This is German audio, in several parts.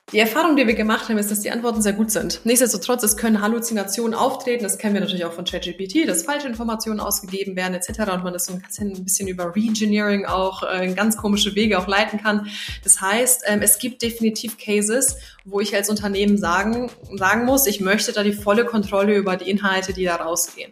Die Erfahrung, die wir gemacht haben, ist, dass die Antworten sehr gut sind. Nichtsdestotrotz, es können Halluzinationen auftreten. Das kennen wir natürlich auch von ChatGPT, dass falsche Informationen ausgegeben werden etc. und man das so ein bisschen über Reengineering auch in ganz komische Wege auch leiten kann. Das heißt, es gibt definitiv Cases, wo ich als Unternehmen sagen muss, ich möchte da die volle Kontrolle über die Inhalte, die da rausgehen.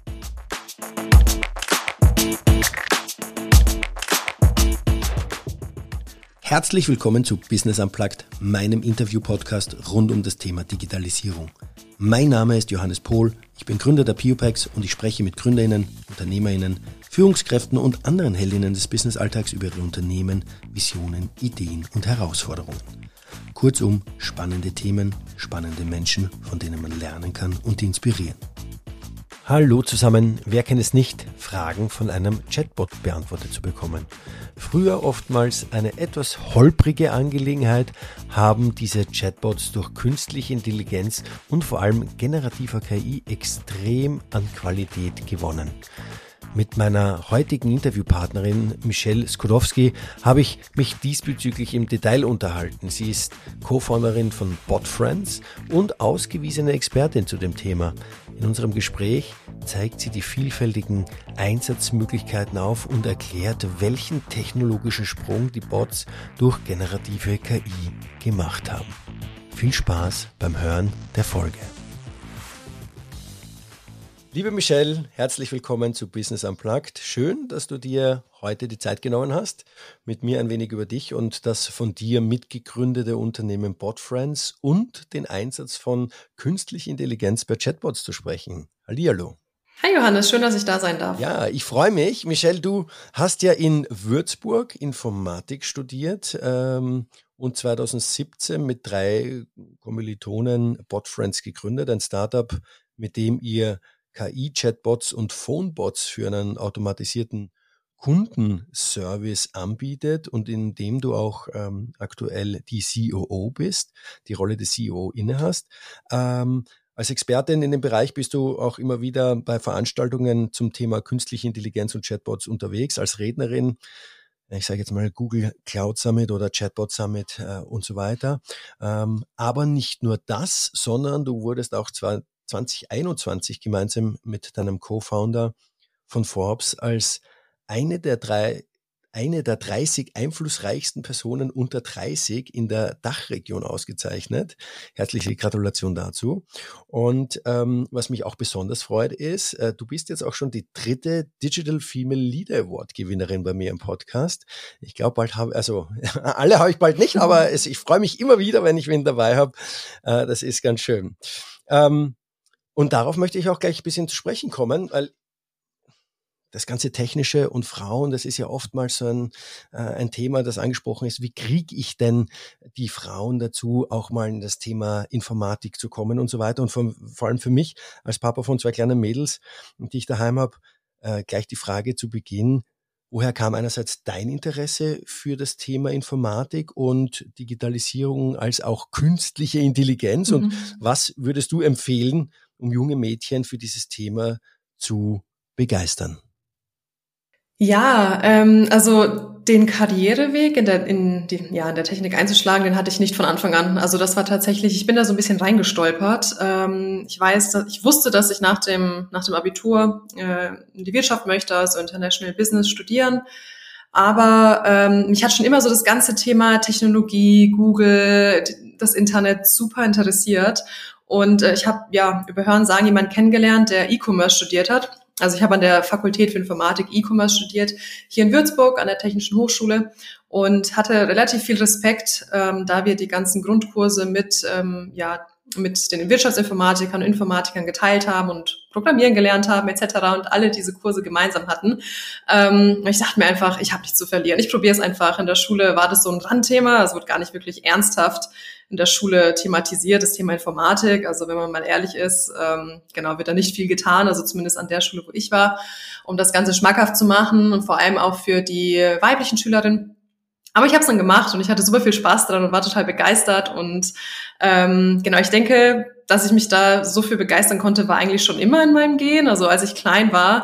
Herzlich willkommen zu Business Unplugged, meinem Interview-Podcast rund um das Thema Digitalisierung. Mein Name ist Johannes Pohl, ich bin Gründer der PioPax und ich spreche mit GründerInnen, UnternehmerInnen, Führungskräften und anderen Heldinnen des Businessalltags über ihre Unternehmen, Visionen, Ideen und Herausforderungen. Kurzum, spannende Themen, spannende Menschen, von denen man lernen kann und die inspirieren. Hallo zusammen, wer kennt es nicht, Fragen von einem Chatbot beantwortet zu bekommen. Früher oftmals eine etwas holprige Angelegenheit, haben diese Chatbots durch künstliche Intelligenz und vor allem generativer KI extrem an Qualität gewonnen. Mit meiner heutigen Interviewpartnerin Michelle Skłodowski habe ich mich diesbezüglich im Detail unterhalten. Sie ist Co-Founderin von BotFriends und ausgewiesene Expertin zu dem Thema. In unserem Gespräch zeigt sie die vielfältigen Einsatzmöglichkeiten auf und erklärt, welchen technologischen Sprung die Bots durch generative KI gemacht haben. Viel Spaß beim Hören der Folge. Liebe Michelle, herzlich willkommen zu Business Unplugged. Schön, dass du dir heute die Zeit genommen hast, mit mir ein wenig über dich und das von dir mitgegründete Unternehmen BotFriends und den Einsatz von künstlicher Intelligenz bei Chatbots zu sprechen. Hallihallo. Hi Johannes, schön, dass ich da sein darf. Ja, ich freue mich. Michelle, du hast ja in Würzburg Informatik studiert und 2017 mit 3 Kommilitonen BotFriends gegründet, ein Startup, mit dem ihr KI-Chatbots und Phonebots für einen automatisierten Kundenservice anbietet und in dem du auch aktuell die COO bist, die Rolle des COO innehast. Als Expertin in dem Bereich bist du auch immer wieder bei Veranstaltungen zum Thema künstliche Intelligenz und Chatbots unterwegs, als Rednerin. Ich sage jetzt mal Google Cloud Summit oder Chatbot Summit und so weiter. Aber nicht nur das, sondern du wurdest auch 2021 gemeinsam mit deinem Co-Founder von Forbes als eine der 30 einflussreichsten Personen unter 30 in der Dachregion ausgezeichnet. Herzliche Gratulation dazu. Und was mich auch besonders freut ist, du bist jetzt auch schon die 3. Digital Female Leader Award Gewinnerin bei mir im Podcast. Ich glaube, alle habe ich bald nicht, aber ich freue mich immer wieder, wenn ich wen dabei habe. Das ist ganz schön. Und darauf möchte ich auch gleich ein bisschen zu sprechen kommen, weil das ganze Technische und Frauen, das ist ja oftmals so ein Thema, das angesprochen ist. Wie kriege ich denn die Frauen dazu, auch mal in das Thema Informatik zu kommen und so weiter? Und vor allem für mich als Papa von 2 kleinen Mädels, die ich daheim habe, gleich die Frage zu Beginn: Woher kam einerseits dein Interesse für das Thema Informatik und Digitalisierung als auch künstliche Intelligenz? Und was würdest du empfehlen, um junge Mädchen für dieses Thema zu begeistern? Ja, also den Karriereweg in der Technik einzuschlagen, den hatte ich nicht von Anfang an. Also das war tatsächlich, ich bin da so ein bisschen reingestolpert. Ich wusste, dass ich nach dem Abitur in die Wirtschaft möchte, also International Business studieren. Aber mich hat schon immer so das ganze Thema Technologie, Google, das Internet super interessiert. Und ich habe über Hören sagen jemanden kennengelernt, der E-Commerce studiert hat. Also ich habe an der Fakultät für Informatik E-Commerce studiert, hier in Würzburg an der Technischen Hochschule und hatte relativ viel Respekt, da wir die ganzen Grundkurse mit den Wirtschaftsinformatikern und Informatikern geteilt haben und Programmieren gelernt haben etc. und alle diese Kurse gemeinsam hatten. Ich dachte mir einfach, ich habe nichts zu verlieren. Ich probiere es einfach. In der Schule war das so ein Randthema, es wurde gar nicht wirklich ernsthaft in der Schule thematisiert, das Thema Informatik. Also wenn man mal ehrlich ist, wird da nicht viel getan, also zumindest an der Schule, wo ich war, um das Ganze schmackhaft zu machen und vor allem auch für die weiblichen Schülerinnen. Aber ich habe es dann gemacht und ich hatte super viel Spaß dran und war total begeistert und ich denke, dass ich mich da so viel begeistern konnte, war eigentlich schon immer in meinem Gen. Also als ich klein war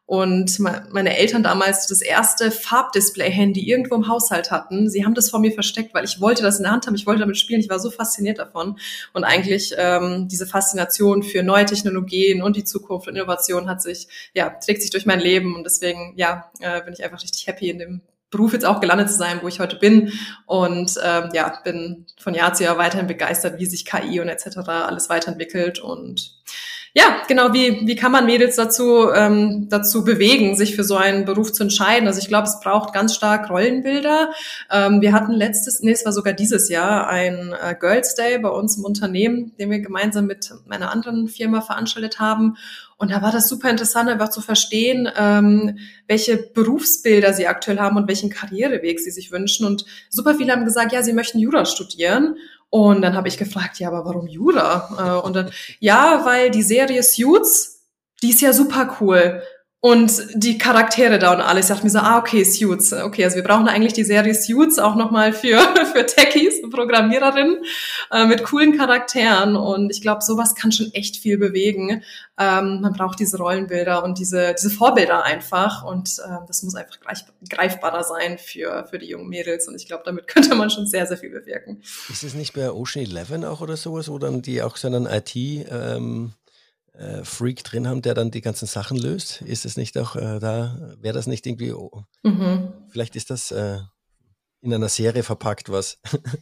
Und meine Eltern damals das erste Farbdisplay-Handy irgendwo im Haushalt hatten. Sie haben das vor mir versteckt, weil ich wollte das in der Hand haben, ich wollte damit spielen, ich war so fasziniert davon. Und eigentlich diese Faszination für neue Technologien und die Zukunft und Innovation trägt sich durch mein Leben. Und deswegen, bin ich einfach richtig happy in dem Beruf jetzt auch gelandet zu sein, wo ich heute bin und bin von Jahr zu Jahr weiterhin begeistert, wie sich KI und etc. alles weiterentwickelt und ja, genau, wie kann man Mädels dazu bewegen, sich für so einen Beruf zu entscheiden? Also ich glaube, es braucht ganz stark Rollenbilder. Wir hatten es war sogar dieses Jahr ein Girls Day bei uns im Unternehmen, den wir gemeinsam mit meiner anderen Firma veranstaltet haben. Und da war das super interessant, einfach zu verstehen, welche Berufsbilder sie aktuell haben und welchen Karriereweg sie sich wünschen. Und super viele haben gesagt, ja, sie möchten Jura studieren. Und dann habe ich gefragt, ja, aber warum Jura? Und dann, ja, weil die Serie Suits, die ist ja super cool. Und die Charaktere da und alles. Ich dachte mir so, okay, Suits. Okay, also wir brauchen eigentlich die Serie Suits auch nochmal für Techies, Programmiererinnen, mit coolen Charakteren. Und ich glaube, sowas kann schon echt viel bewegen. Man braucht diese Rollenbilder und diese Vorbilder einfach. Und das muss einfach greifbarer sein für die jungen Mädels. Und ich glaube, damit könnte man schon sehr, sehr viel bewirken. Ist es nicht bei Ocean 11 auch oder sowas, wo dann die auch so einen IT-Freak drin haben, der dann die ganzen Sachen löst? Ist es nicht auch wäre das nicht irgendwie, vielleicht ist das in einer Serie verpackt was.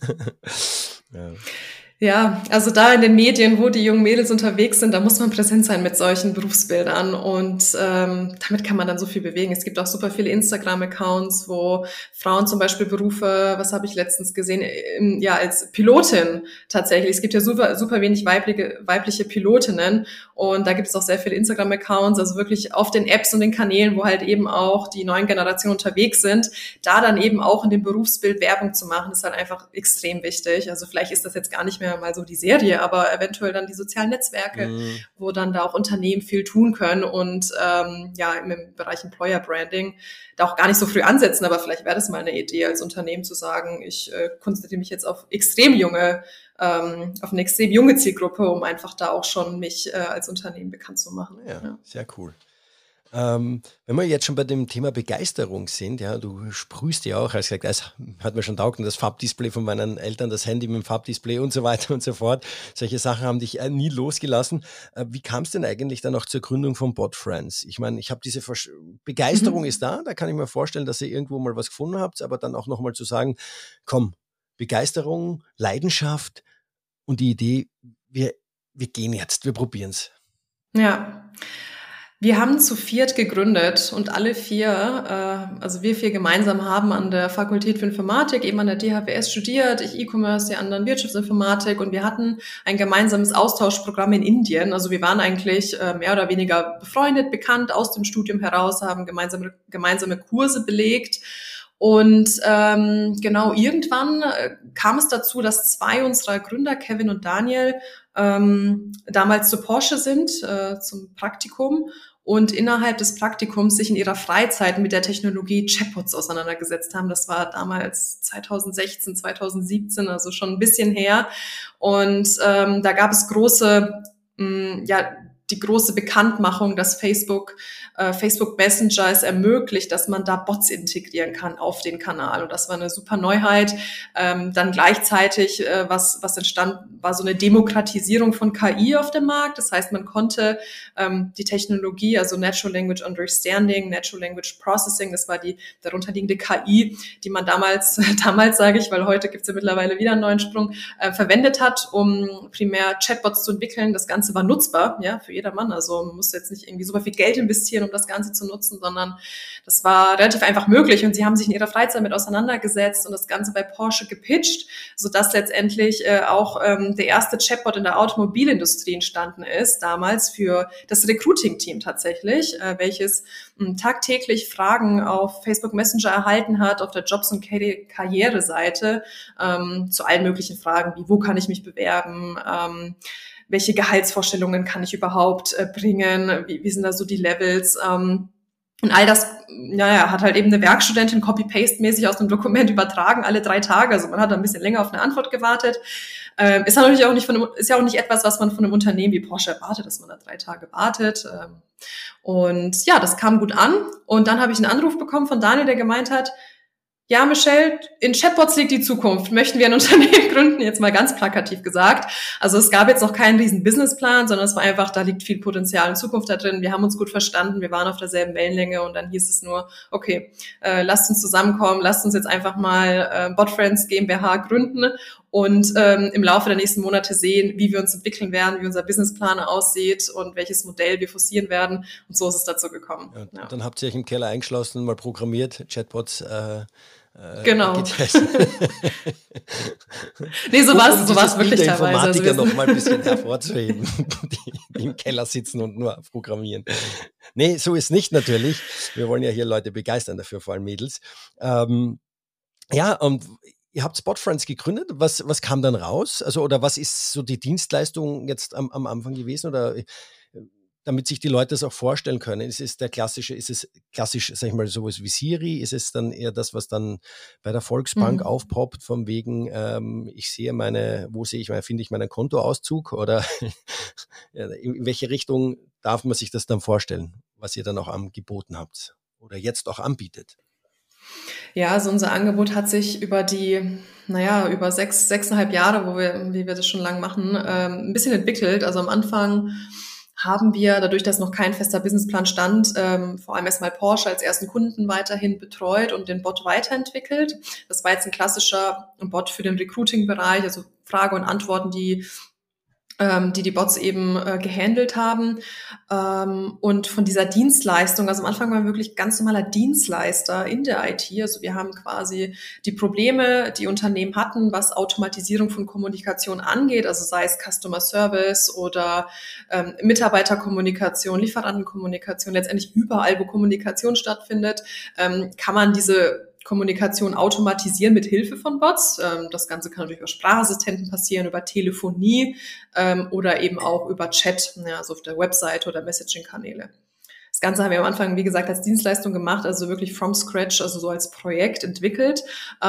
Ja. Ja, also da in den Medien, wo die jungen Mädels unterwegs sind, da muss man präsent sein mit solchen Berufsbildern und damit kann man dann so viel bewegen. Es gibt auch super viele Instagram-Accounts, wo Frauen zum Beispiel Berufe, was habe ich letztens gesehen, als Pilotin tatsächlich. Es gibt ja super, super wenig weibliche Pilotinnen und da gibt es auch sehr viele Instagram-Accounts, also wirklich auf den Apps und den Kanälen, wo halt eben auch die neuen Generationen unterwegs sind, da dann eben auch in dem Berufsbild Werbung zu machen, ist halt einfach extrem wichtig. Also vielleicht ist das jetzt gar nicht mehr mal so die Serie, aber eventuell dann die sozialen Netzwerke, wo dann da auch Unternehmen viel tun können und im Bereich Employer Branding da auch gar nicht so früh ansetzen, aber vielleicht wäre das mal eine Idee als Unternehmen zu sagen, ich konzentriere mich jetzt auf auf eine extrem junge Zielgruppe, um einfach da auch schon mich als Unternehmen bekannt zu machen. Ja, sehr cool. Wenn wir jetzt schon bei dem Thema Begeisterung sind, ja, du sprühst ja auch, hast gesagt, das hat mir schon taugt, das Farbdisplay von meinen Eltern, das Handy mit dem Farbdisplay und so weiter und so fort. Solche Sachen haben dich nie losgelassen. Wie kam es denn eigentlich dann auch zur Gründung von BotFriends? Ich meine, ich habe diese Begeisterung ist da kann ich mir vorstellen, dass ihr irgendwo mal was gefunden habt, aber dann auch nochmal zu sagen, komm, Begeisterung, Leidenschaft und die Idee, wir gehen jetzt, wir probieren es. Ja. Wir haben zu viert gegründet und alle vier, also wir vier gemeinsam haben an der Fakultät für Informatik, eben an der DHWS studiert, ich E-Commerce, die anderen Wirtschaftsinformatik und wir hatten ein gemeinsames Austauschprogramm in Indien. Also wir waren eigentlich mehr oder weniger befreundet, bekannt aus dem Studium heraus, haben gemeinsame Kurse belegt. Und irgendwann kam es dazu, dass zwei unserer Gründer, Kevin und Daniel, damals zu Porsche sind, zum Praktikum und innerhalb des Praktikums sich in ihrer Freizeit mit der Technologie Chatbots auseinandergesetzt haben. Das war damals 2016, 2017, also schon ein bisschen her. Und da gab es die große Bekanntmachung, dass Facebook Messenger es ermöglicht, dass man da Bots integrieren kann auf den Kanal. Und das war eine super Neuheit. Dann gleichzeitig, was entstand, war so eine Demokratisierung von KI auf dem Markt. Das heißt, man konnte die Technologie, also Natural Language Understanding, Natural Language Processing, das war die darunterliegende KI, die man damals sage ich, weil heute gibt's ja mittlerweile wieder einen neuen Sprung, verwendet hat, um primär Chatbots zu entwickeln. Das Ganze war nutzbar, ja, für jedermann. Also man musste jetzt nicht irgendwie super viel Geld investieren, um das Ganze zu nutzen, sondern das war relativ einfach möglich und sie haben sich in ihrer Freizeit mit auseinandergesetzt und das Ganze bei Porsche gepitcht, sodass letztendlich auch der erste Chatbot in der Automobilindustrie entstanden ist, damals für das Recruiting-Team tatsächlich, welches tagtäglich Fragen auf Facebook Messenger erhalten hat, auf der Jobs- und Karriereseite zu allen möglichen Fragen, wie wo kann ich mich bewerben, welche Gehaltsvorstellungen kann ich überhaupt bringen, wie sind da so die Levels, Und all das, naja, hat halt eben eine Werkstudentin copy-paste-mäßig aus einem Dokument übertragen, alle 3 Tage. Also man hat ein bisschen länger auf eine Antwort gewartet. Ist natürlich auch nicht ist ja auch nicht etwas, was man von einem Unternehmen wie Porsche erwartet, dass man da 3 Tage wartet. Und ja, das kam gut an. Und dann habe ich einen Anruf bekommen von Daniel, der gemeint hat, ja, Michelle, in Chatbots liegt die Zukunft. Möchten wir ein Unternehmen gründen? Jetzt mal ganz plakativ gesagt. Also es gab jetzt noch keinen riesen Businessplan, sondern es war einfach, da liegt viel Potenzial und Zukunft da drin. Wir haben uns gut verstanden, wir waren auf derselben Wellenlänge und dann hieß es nur, okay, lasst uns zusammenkommen, lasst uns jetzt einfach mal BotFriends GmbH gründen und im Laufe der nächsten Monate sehen, wie wir uns entwickeln werden, wie unser Businessplan aussieht und welches Modell wir forcieren werden. Und so ist es dazu gekommen. Ja, ja. Dann habt ihr euch im Keller eingeschlossen, mal programmiert, Chatbots. Genau. Nee, so war es wirklich teilweise. Informatiker noch mal ein bisschen hervorzuheben, die im Keller sitzen und nur programmieren. Nee, so ist nicht natürlich. Wir wollen ja hier Leute begeistern dafür, vor allem Mädels. Ja, und ihr habt BotFriends gegründet. Was kam dann raus? Also, oder was ist so die Dienstleistung jetzt am Anfang gewesen? Oder damit sich die Leute das auch vorstellen können. Ist es klassisch, sag ich mal, sowas wie Siri? Ist es dann eher das, was dann bei der Volksbank aufpoppt, von wegen, finde ich meinen Kontoauszug? Oder in welche Richtung darf man sich das dann vorstellen, was ihr dann auch angeboten habt oder jetzt auch anbietet? Ja, also unser Angebot hat sich über 6,5 Jahre, wie wir das schon lang machen, ein bisschen entwickelt. Also am Anfang haben wir, dadurch, dass noch kein fester Businessplan stand, vor allem erstmal Porsche als ersten Kunden weiterhin betreut und den Bot weiterentwickelt. Das war jetzt ein klassischer Bot für den Recruiting-Bereich, also Frage und Antworten, die Bots eben gehandelt haben. Und von dieser Dienstleistung, also am Anfang waren wir wirklich ganz normaler Dienstleister in der IT. Also wir haben quasi die Probleme, die Unternehmen hatten, was Automatisierung von Kommunikation angeht, also sei es Customer Service oder Mitarbeiterkommunikation, Lieferantenkommunikation, letztendlich überall, wo Kommunikation stattfindet, kann man diese Kommunikation automatisieren mit Hilfe von Bots. Das Ganze kann natürlich über Sprachassistenten passieren, über Telefonie oder eben auch über Chat, also auf der Webseite oder Messaging-Kanäle. Das Ganze haben wir am Anfang, wie gesagt, als Dienstleistung gemacht, also wirklich from scratch, also so als Projekt entwickelt.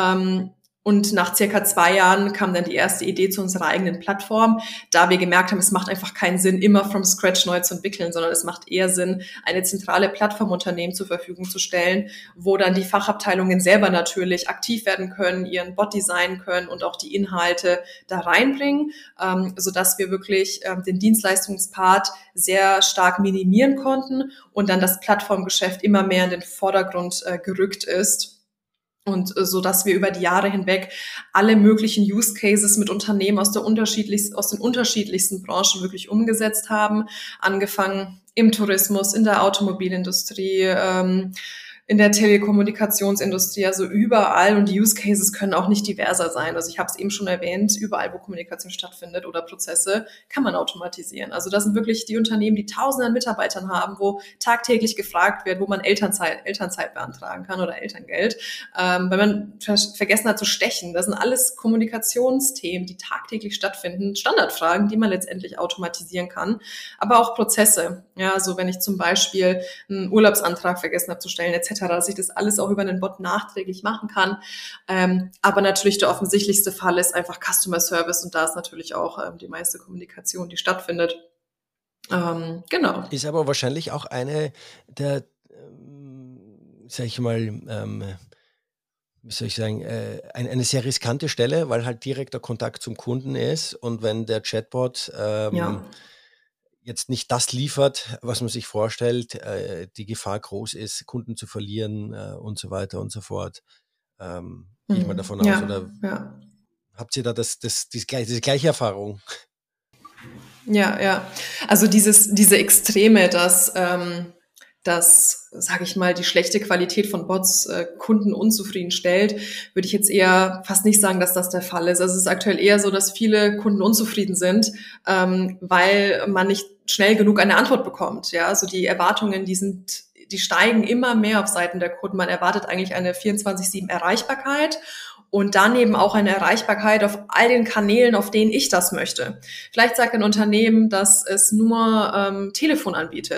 Und nach circa 2 Jahren kam dann die erste Idee zu unserer eigenen Plattform, da wir gemerkt haben, es macht einfach keinen Sinn, immer from scratch neu zu entwickeln, sondern es macht eher Sinn, eine zentrale Plattform Unternehmen zur Verfügung zu stellen, wo dann die Fachabteilungen selber natürlich aktiv werden können, ihren Bot designen können und auch die Inhalte da reinbringen, sodass wir wirklich den Dienstleistungspart sehr stark minimieren konnten und dann das Plattformgeschäft immer mehr in den Vordergrund gerückt ist. Und so, dass wir über die Jahre hinweg alle möglichen Use Cases mit Unternehmen aus den unterschiedlichsten Branchen wirklich umgesetzt haben. Angefangen im Tourismus, in der Automobilindustrie, in der Telekommunikationsindustrie, also überall. Und die Use Cases können auch nicht diverser sein. Also ich habe es eben schon erwähnt, überall, wo Kommunikation stattfindet oder Prozesse, kann man automatisieren. Also das sind wirklich die Unternehmen, die Tausende an Mitarbeitern haben, wo tagtäglich gefragt wird, wo man Elternzeit beantragen kann oder Elterngeld, weil man vergessen hat zu stechen. Das sind alles Kommunikationsthemen, die tagtäglich stattfinden, Standardfragen, die man letztendlich automatisieren kann, aber auch Prozesse. Ja, also wenn ich zum Beispiel einen Urlaubsantrag vergessen habe zu stellen, etc., dass ich das alles auch über einen Bot nachträglich machen kann. Aber natürlich der offensichtlichste Fall ist einfach Customer Service und da ist natürlich auch die meiste Kommunikation, die stattfindet. Genau. Ist aber wahrscheinlich auch eine der, sag ich mal, wie soll ich sagen, eine sehr riskante Stelle, weil halt direkter Kontakt zum Kunden ist und wenn der Chatbot jetzt nicht das liefert, was man sich vorstellt, die Gefahr groß ist, Kunden zu verlieren und so weiter und so fort. Gehe ich mal davon aus, oder habt ihr da diese gleiche Erfahrung? Ja. Also diese Extreme, dass sage ich mal, die schlechte Qualität von Bots Kunden unzufrieden stellt, würde ich jetzt eher fast nicht sagen, dass das der Fall ist. Also es ist aktuell eher so, dass viele Kunden unzufrieden sind, weil man nicht schnell genug eine Antwort bekommt. Ja, also die Erwartungen, die steigen immer mehr auf Seiten der Kunden. Man erwartet eigentlich eine 24/7 Erreichbarkeit. Und daneben auch eine Erreichbarkeit auf all den Kanälen, auf denen ich das möchte. Vielleicht sagt ein Unternehmen, dass es nur Telefon anbietet.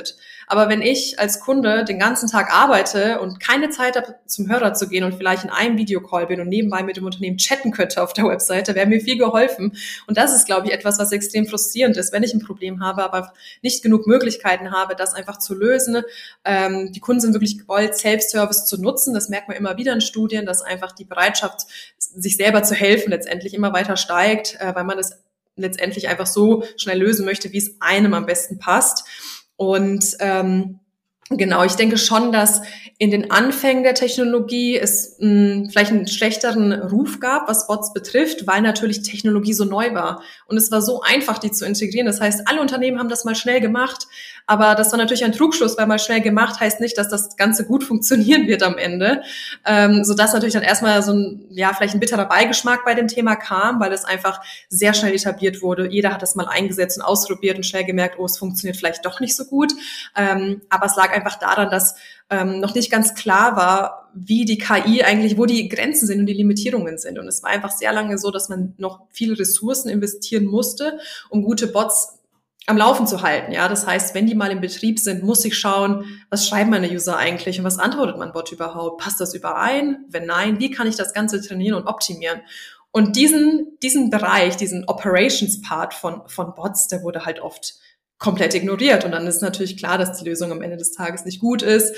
Aber wenn ich als Kunde den ganzen Tag arbeite und keine Zeit habe, zum Hörer zu gehen und vielleicht in einem Videocall bin und nebenbei mit dem Unternehmen chatten könnte auf der Webseite, wäre mir viel geholfen. Und das ist, glaube ich, etwas, was extrem frustrierend ist, wenn ich ein Problem habe, aber nicht genug Möglichkeiten habe, das einfach zu lösen. Die Kunden sind wirklich gewollt, Self-Service zu nutzen. Das merkt man immer wieder in Studien, dass einfach die Bereitschaft, sich selber zu helfen, letztendlich immer weiter steigt, weil man es letztendlich einfach so schnell lösen möchte, wie es einem am besten passt. Und genau, ich denke schon, dass in den Anfängen der Technologie es vielleicht einen schlechteren Ruf gab, was Bots betrifft, weil natürlich Technologie so neu war. Und es war so einfach, die zu integrieren. Das heißt, alle Unternehmen haben das mal schnell gemacht. Aber das war natürlich ein Trugschluss, weil mal schnell gemacht heißt nicht, dass das Ganze gut funktionieren wird am Ende. Sodass natürlich dann erstmal so vielleicht ein bitterer Beigeschmack bei dem Thema kam, weil es einfach sehr schnell etabliert wurde. Jeder hat das mal eingesetzt und ausprobiert und schnell gemerkt, oh, es funktioniert vielleicht doch nicht so gut. Aber es lag einfach daran, dass noch nicht ganz klar war, wie die KI eigentlich, wo die Grenzen sind und die Limitierungen sind. Und es war einfach sehr lange so, dass man noch viele Ressourcen investieren musste, um gute Bots am Laufen zu halten. Ja, das heißt, wenn die mal im Betrieb sind, muss ich schauen, was schreiben meine User eigentlich und was antwortet mein Bot überhaupt? Passt das überein? Wenn nein, wie kann ich das Ganze trainieren und optimieren? Und diesen Bereich, diesen Operations-Part von Bots, der wurde halt oft komplett ignoriert. Und dann ist natürlich klar, dass die Lösung am Ende des Tages nicht gut ist.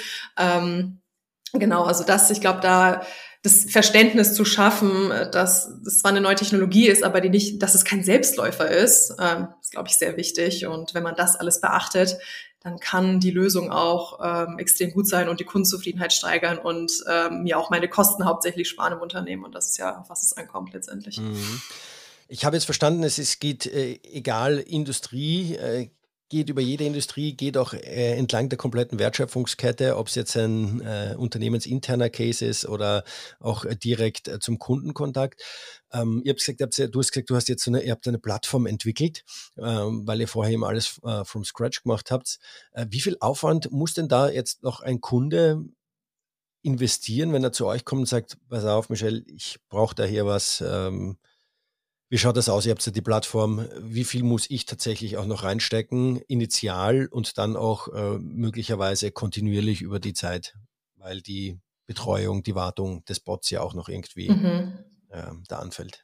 Genau, also ich glaube, da das Verständnis zu schaffen, dass das zwar eine neue Technologie ist, aber dass es kein Selbstläufer ist, ist, glaube ich, sehr wichtig. Und wenn man das alles beachtet, dann kann die Lösung auch extrem gut sein und die Kundenzufriedenheit steigern und mir auch meine Kosten hauptsächlich sparen im Unternehmen. Und das ist ja, auf was es ankommt letztendlich. Ich habe jetzt verstanden, es geht egal Industrie, geht über jede Industrie, geht auch entlang der kompletten Wertschöpfungskette, ob es jetzt ein unternehmensinterner Case ist oder auch direkt zum Kundenkontakt. Du hast gesagt, ihr habt eine Plattform entwickelt, weil ihr vorher eben alles from scratch gemacht habt. Wie viel Aufwand muss denn da jetzt noch ein Kunde investieren, wenn er zu euch kommt und sagt, pass auf, Michel, ich brauche da hier was, wie schaut das aus? Ihr habt ja die Plattform. Wie viel muss ich tatsächlich auch noch reinstecken, initial und dann auch möglicherweise kontinuierlich über die Zeit, weil die Betreuung, die Wartung des Bots ja auch noch irgendwie da anfällt?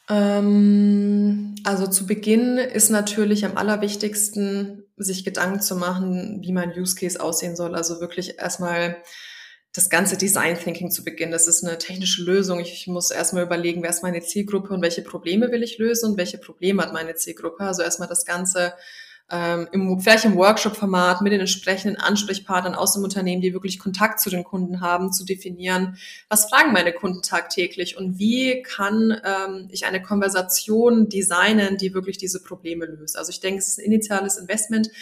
Also zu Beginn ist natürlich am allerwichtigsten, sich Gedanken zu machen, wie mein Use Case aussehen soll. Also wirklich erstmal das ganze Design Thinking zu beginnen. Das ist eine technische Lösung. Ich muss erstmal überlegen, wer ist meine Zielgruppe und welche Probleme will ich lösen und welche Probleme hat meine Zielgruppe. Also erstmal das Ganze vielleicht im Workshop-Format mit den entsprechenden Ansprechpartnern aus dem Unternehmen, die wirklich Kontakt zu den Kunden haben, zu definieren, was fragen meine Kunden tagtäglich und wie kann ich eine Konversation designen, die wirklich diese Probleme löst. Also ich denke, es ist ein initiales Investment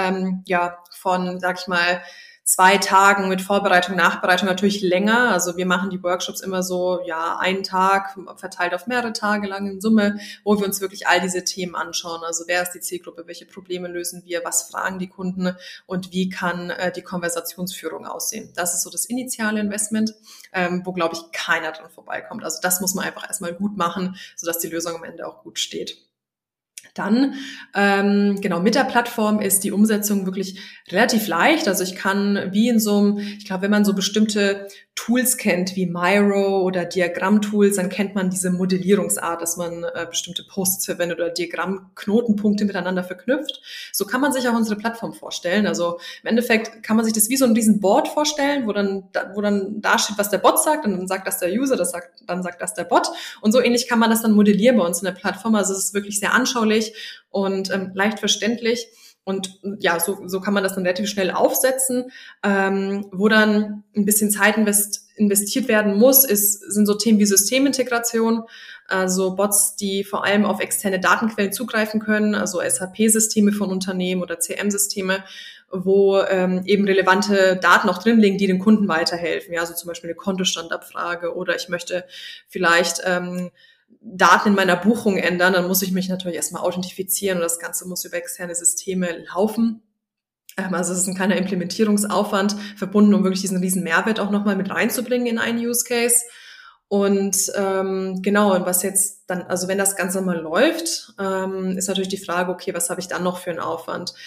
von, sag ich mal, 2 Tagen mit Vorbereitung, Nachbereitung natürlich länger. Also wir machen die Workshops immer so, einen Tag verteilt auf mehrere Tage lang in Summe, wo wir uns wirklich all diese Themen anschauen. Also wer ist die Zielgruppe, welche Probleme lösen wir, was fragen die Kunden und wie kann die Konversationsführung aussehen. Das ist so das initiale Investment, wo, glaube ich, keiner dran vorbeikommt. Also das muss man einfach erstmal gut machen, sodass die Lösung am Ende auch gut steht. Dann, mit der Plattform ist die Umsetzung wirklich relativ leicht. Also ich kann wie in so einem, ich glaube, wenn man so bestimmte Tools kennt, wie Miro oder Diagramm-Tools, dann kennt man diese Modellierungsart, dass man bestimmte Posts verwendet oder Diagrammknotenpunkte miteinander verknüpft. So kann man sich auch unsere Plattform vorstellen. Also im Endeffekt kann man sich das wie so ein Riesenboard vorstellen, wo dann da steht, was der Bot sagt, und dann sagt das der User, dann sagt das der Bot. Und so ähnlich kann man das dann modellieren bei uns in der Plattform. Also es ist wirklich sehr anschaulich und leicht verständlich. Und ja, so kann man das dann relativ schnell aufsetzen. Wo dann ein bisschen Zeit investiert werden muss, sind so Themen wie Systemintegration, also Bots, die vor allem auf externe Datenquellen zugreifen können, also SAP-Systeme von Unternehmen oder CM-Systeme, wo eben relevante Daten auch drin liegen, die den Kunden weiterhelfen. Ja, also zum Beispiel eine Kontostandabfrage oder ich möchte vielleicht Daten in meiner Buchung ändern, dann muss ich mich natürlich erstmal authentifizieren und das Ganze muss über externe Systeme laufen. Also es ist ein kleiner Implementierungsaufwand verbunden, um wirklich diesen riesen Mehrwert auch nochmal mit reinzubringen in einen Use Case. Und und was jetzt dann, also wenn das Ganze mal läuft, ist natürlich die Frage, okay, was habe ich dann noch für einen Aufwand?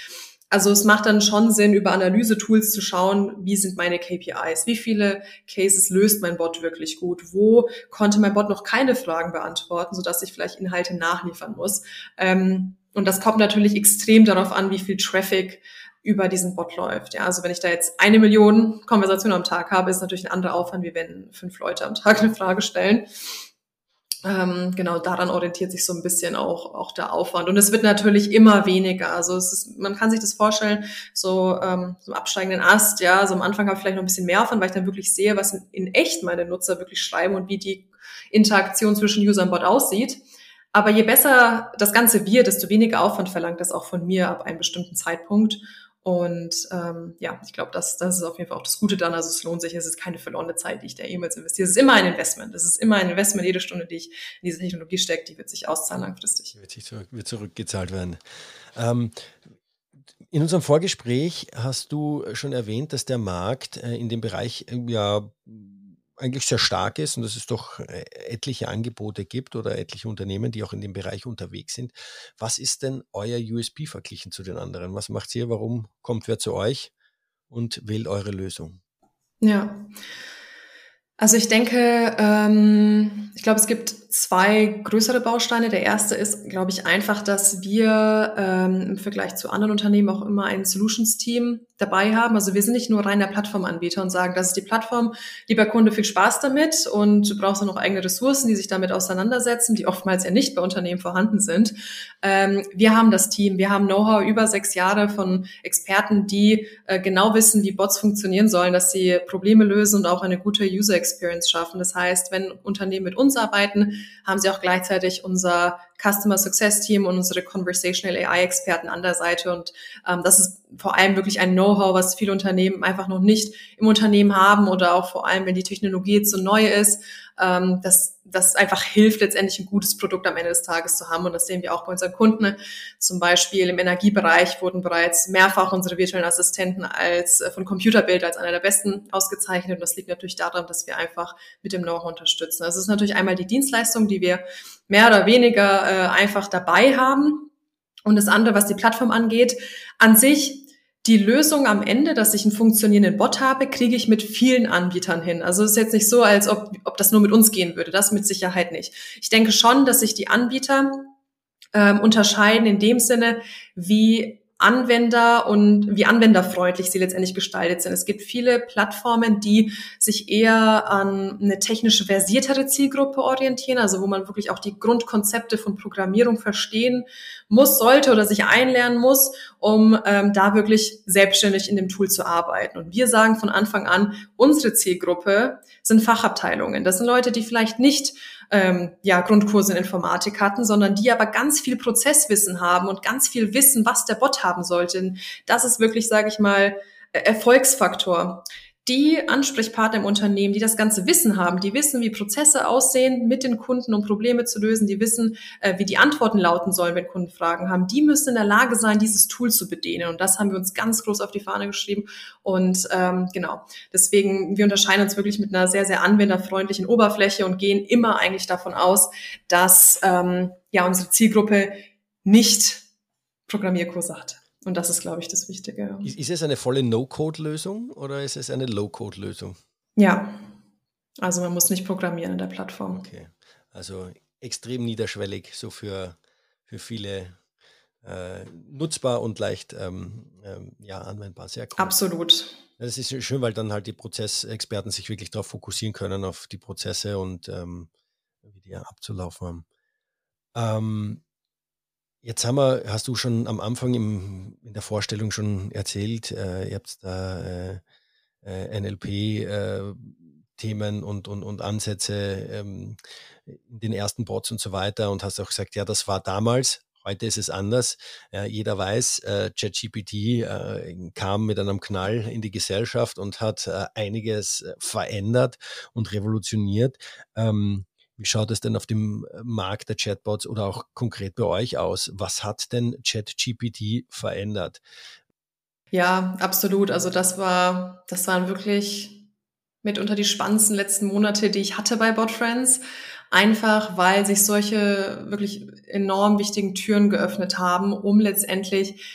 Also es macht dann schon Sinn, über Analyse-Tools zu schauen, wie sind meine KPIs, wie viele Cases löst mein Bot wirklich gut, wo konnte mein Bot noch keine Fragen beantworten, sodass ich vielleicht Inhalte nachliefern muss. Und das kommt natürlich extrem darauf an, wie viel Traffic über diesen Bot läuft. Ja, also wenn ich da jetzt 1 Million Konversationen am Tag habe, ist natürlich ein anderer Aufwand, wie wenn 5 Leute am Tag eine Frage stellen. Genau, daran orientiert sich so ein bisschen auch der Aufwand. Und es wird natürlich immer weniger. Also man kann sich das vorstellen, so so absteigenden Ast, ja, so am Anfang habe ich vielleicht noch ein bisschen mehr Aufwand, weil ich dann wirklich sehe, was in echt meine Nutzer wirklich schreiben und wie die Interaktion zwischen User und Bot aussieht. Aber je besser das Ganze wird, desto weniger Aufwand verlangt das auch von mir ab einem bestimmten Zeitpunkt. Und ich glaube, das ist auf jeden Fall auch das Gute dann. Also es lohnt sich, es ist keine verlorene Zeit, die ich da jemals investiere. Es ist immer ein Investment. Es ist immer ein Investment. Jede Stunde, die ich in diese Technologie stecke, die wird sich auszahlen langfristig. Wird zurückgezahlt werden. In unserem Vorgespräch hast du schon erwähnt, dass der Markt in dem Bereich eigentlich sehr stark ist und dass es doch etliche Angebote gibt oder etliche Unternehmen, die auch in dem Bereich unterwegs sind. Was ist denn euer USP verglichen zu den anderen? Was macht ihr? Warum kommt wer zu euch und wählt eure Lösung? Ja. Also ich denke, ich glaube, es gibt 2 größere Bausteine. Der erste ist, glaube ich, einfach, dass wir im Vergleich zu anderen Unternehmen auch immer ein Solutions-Team dabei haben. Also wir sind nicht nur reiner Plattformanbieter und sagen, das ist die Plattform, lieber Kunde, viel Spaß damit und du brauchst auch noch eigene Ressourcen, die sich damit auseinandersetzen, die oftmals ja nicht bei Unternehmen vorhanden sind. Wir haben das Team, wir haben Know-how über 6 Jahre von Experten, die genau wissen, wie Bots funktionieren sollen, dass sie Probleme lösen und auch eine gute User Experience schaffen. Das heißt, wenn Unternehmen mit uns arbeiten, haben sie auch gleichzeitig unser Customer Success Team und unsere Conversational AI Experten an der Seite. Und das ist vor allem wirklich ein Know-how, was viele Unternehmen einfach noch nicht im Unternehmen haben oder auch vor allem, wenn die Technologie jetzt so neu ist, das einfach hilft, letztendlich ein gutes Produkt am Ende des Tages zu haben. Und das sehen wir auch bei unseren Kunden. Zum Beispiel im Energiebereich wurden bereits mehrfach unsere virtuellen Assistenten als von Computerbild als einer der besten ausgezeichnet. Und das liegt natürlich daran, dass wir einfach mit dem Know-how unterstützen. Also es ist natürlich einmal die Dienstleistung, die wir mehr oder weniger einfach dabei haben. Und das andere, was die Plattform angeht, an sich die Lösung am Ende, dass ich einen funktionierenden Bot habe, kriege ich mit vielen Anbietern hin. Also es ist jetzt nicht so, als ob das nur mit uns gehen würde. Das mit Sicherheit nicht. Ich denke schon, dass sich die Anbieter unterscheiden in dem Sinne, wie anwenderfreundlich sie letztendlich gestaltet sind. Es gibt viele Plattformen, die sich eher an eine technisch versiertere Zielgruppe orientieren, also wo man wirklich auch die Grundkonzepte von Programmierung verstehen muss, sollte oder sich einlernen muss, um da wirklich selbstständig in dem Tool zu arbeiten. Und wir sagen von Anfang an, unsere Zielgruppe sind Fachabteilungen. Das sind Leute, die vielleicht nicht Grundkurse in Informatik hatten, sondern die aber ganz viel Prozesswissen haben und ganz viel wissen, was der Bot haben sollte. Das ist wirklich, sage ich mal, Erfolgsfaktor. Die Ansprechpartner im Unternehmen, die das ganze Wissen haben, die wissen, wie Prozesse aussehen mit den Kunden, um Probleme zu lösen, die wissen, wie die Antworten lauten sollen, wenn Kunden Fragen haben, die müssen in der Lage sein, dieses Tool zu bedienen. Und das haben wir uns ganz groß auf die Fahne geschrieben. Und deswegen, wir unterscheiden uns wirklich mit einer sehr, sehr anwenderfreundlichen Oberfläche und gehen immer eigentlich davon aus, dass unsere Zielgruppe nicht Programmierkurse hat. Und das ist, glaube ich, das Wichtige. Ist es eine volle No-Code-Lösung oder ist es eine Low-Code-Lösung? Ja, also man muss nicht programmieren in der Plattform. Okay, also extrem niederschwellig, so für viele nutzbar und leicht anwendbar. Sehr cool. Absolut. Das ist schön, weil dann halt die Prozessexperten sich wirklich darauf fokussieren können, auf die Prozesse und wie die abzulaufen haben. Jetzt hast du schon am Anfang in der Vorstellung schon erzählt, ihr habt da NLP-Themen und Ansätze in den ersten Bots und so weiter und hast auch gesagt, ja, das war damals, heute ist es anders. Jeder weiß, ChatGPT kam mit einem Knall in die Gesellschaft und hat einiges verändert und revolutioniert. Wie schaut es denn auf dem Markt der Chatbots oder auch konkret bei euch aus? Was hat denn ChatGPT verändert? Ja, absolut. Also das waren wirklich mitunter die spannendsten letzten Monate, die ich hatte bei BotFriends. Einfach, weil sich solche wirklich enorm wichtigen Türen geöffnet haben, um letztendlich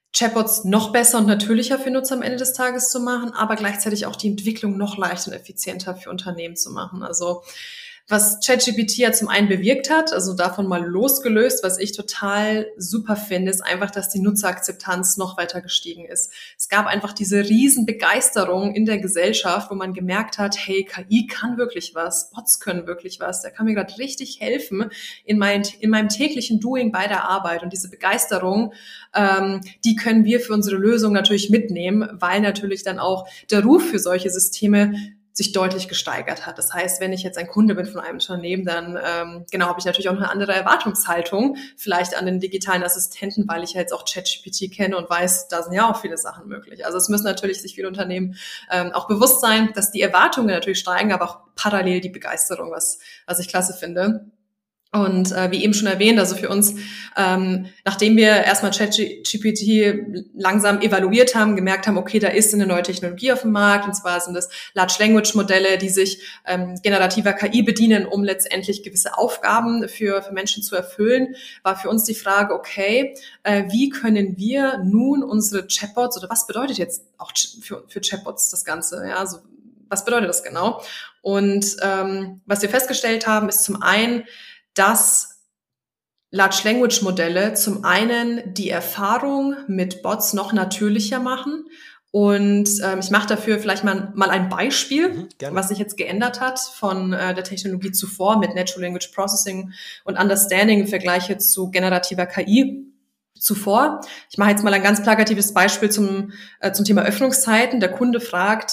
Chatbots noch besser und natürlicher für Nutzer am Ende des Tages zu machen, aber gleichzeitig auch die Entwicklung noch leichter und effizienter für Unternehmen zu machen. Also was ChatGPT ja zum einen bewirkt hat, also davon mal losgelöst, was ich total super finde, ist einfach, dass die Nutzerakzeptanz noch weiter gestiegen ist. Es gab einfach diese riesen Begeisterung in der Gesellschaft, wo man gemerkt hat, hey, KI kann wirklich was, Bots können wirklich was, der kann mir gerade richtig helfen in meinem täglichen Doing bei der Arbeit. Und diese Begeisterung, die können wir für unsere Lösung natürlich mitnehmen, weil natürlich dann auch der Ruf für solche Systeme sich deutlich gesteigert hat. Das heißt, wenn ich jetzt ein Kunde bin von einem Unternehmen, dann habe ich natürlich auch eine andere Erwartungshaltung vielleicht an den digitalen Assistenten, weil ich ja jetzt auch ChatGPT kenne und weiß, da sind ja auch viele Sachen möglich. Also es müssen natürlich sich viele Unternehmen auch bewusst sein, dass die Erwartungen natürlich steigen, aber auch parallel die Begeisterung, was ich klasse finde. Und wie eben schon erwähnt, also für uns, nachdem wir erstmal ChatGPT langsam evaluiert haben, gemerkt haben, okay, da ist eine neue Technologie auf dem Markt, und zwar sind das Large Language Modelle, die sich generativer KI bedienen, um letztendlich gewisse Aufgaben für Menschen zu erfüllen, war für uns die Frage, okay, wie können wir nun unsere Chatbots, oder was bedeutet jetzt auch für Chatbots das Ganze, ja, also was bedeutet das genau? Und was wir festgestellt haben, ist zum einen, dass Large Language Modelle zum einen die Erfahrung mit Bots noch natürlicher machen. Und ich mache dafür vielleicht mal ein Beispiel, was sich jetzt geändert hat von der Technologie zuvor mit Natural Language Processing und Understanding im Vergleich jetzt zu generativer KI zuvor. Ich mache jetzt mal ein ganz plakatives Beispiel zum Thema Öffnungszeiten. Der Kunde fragt,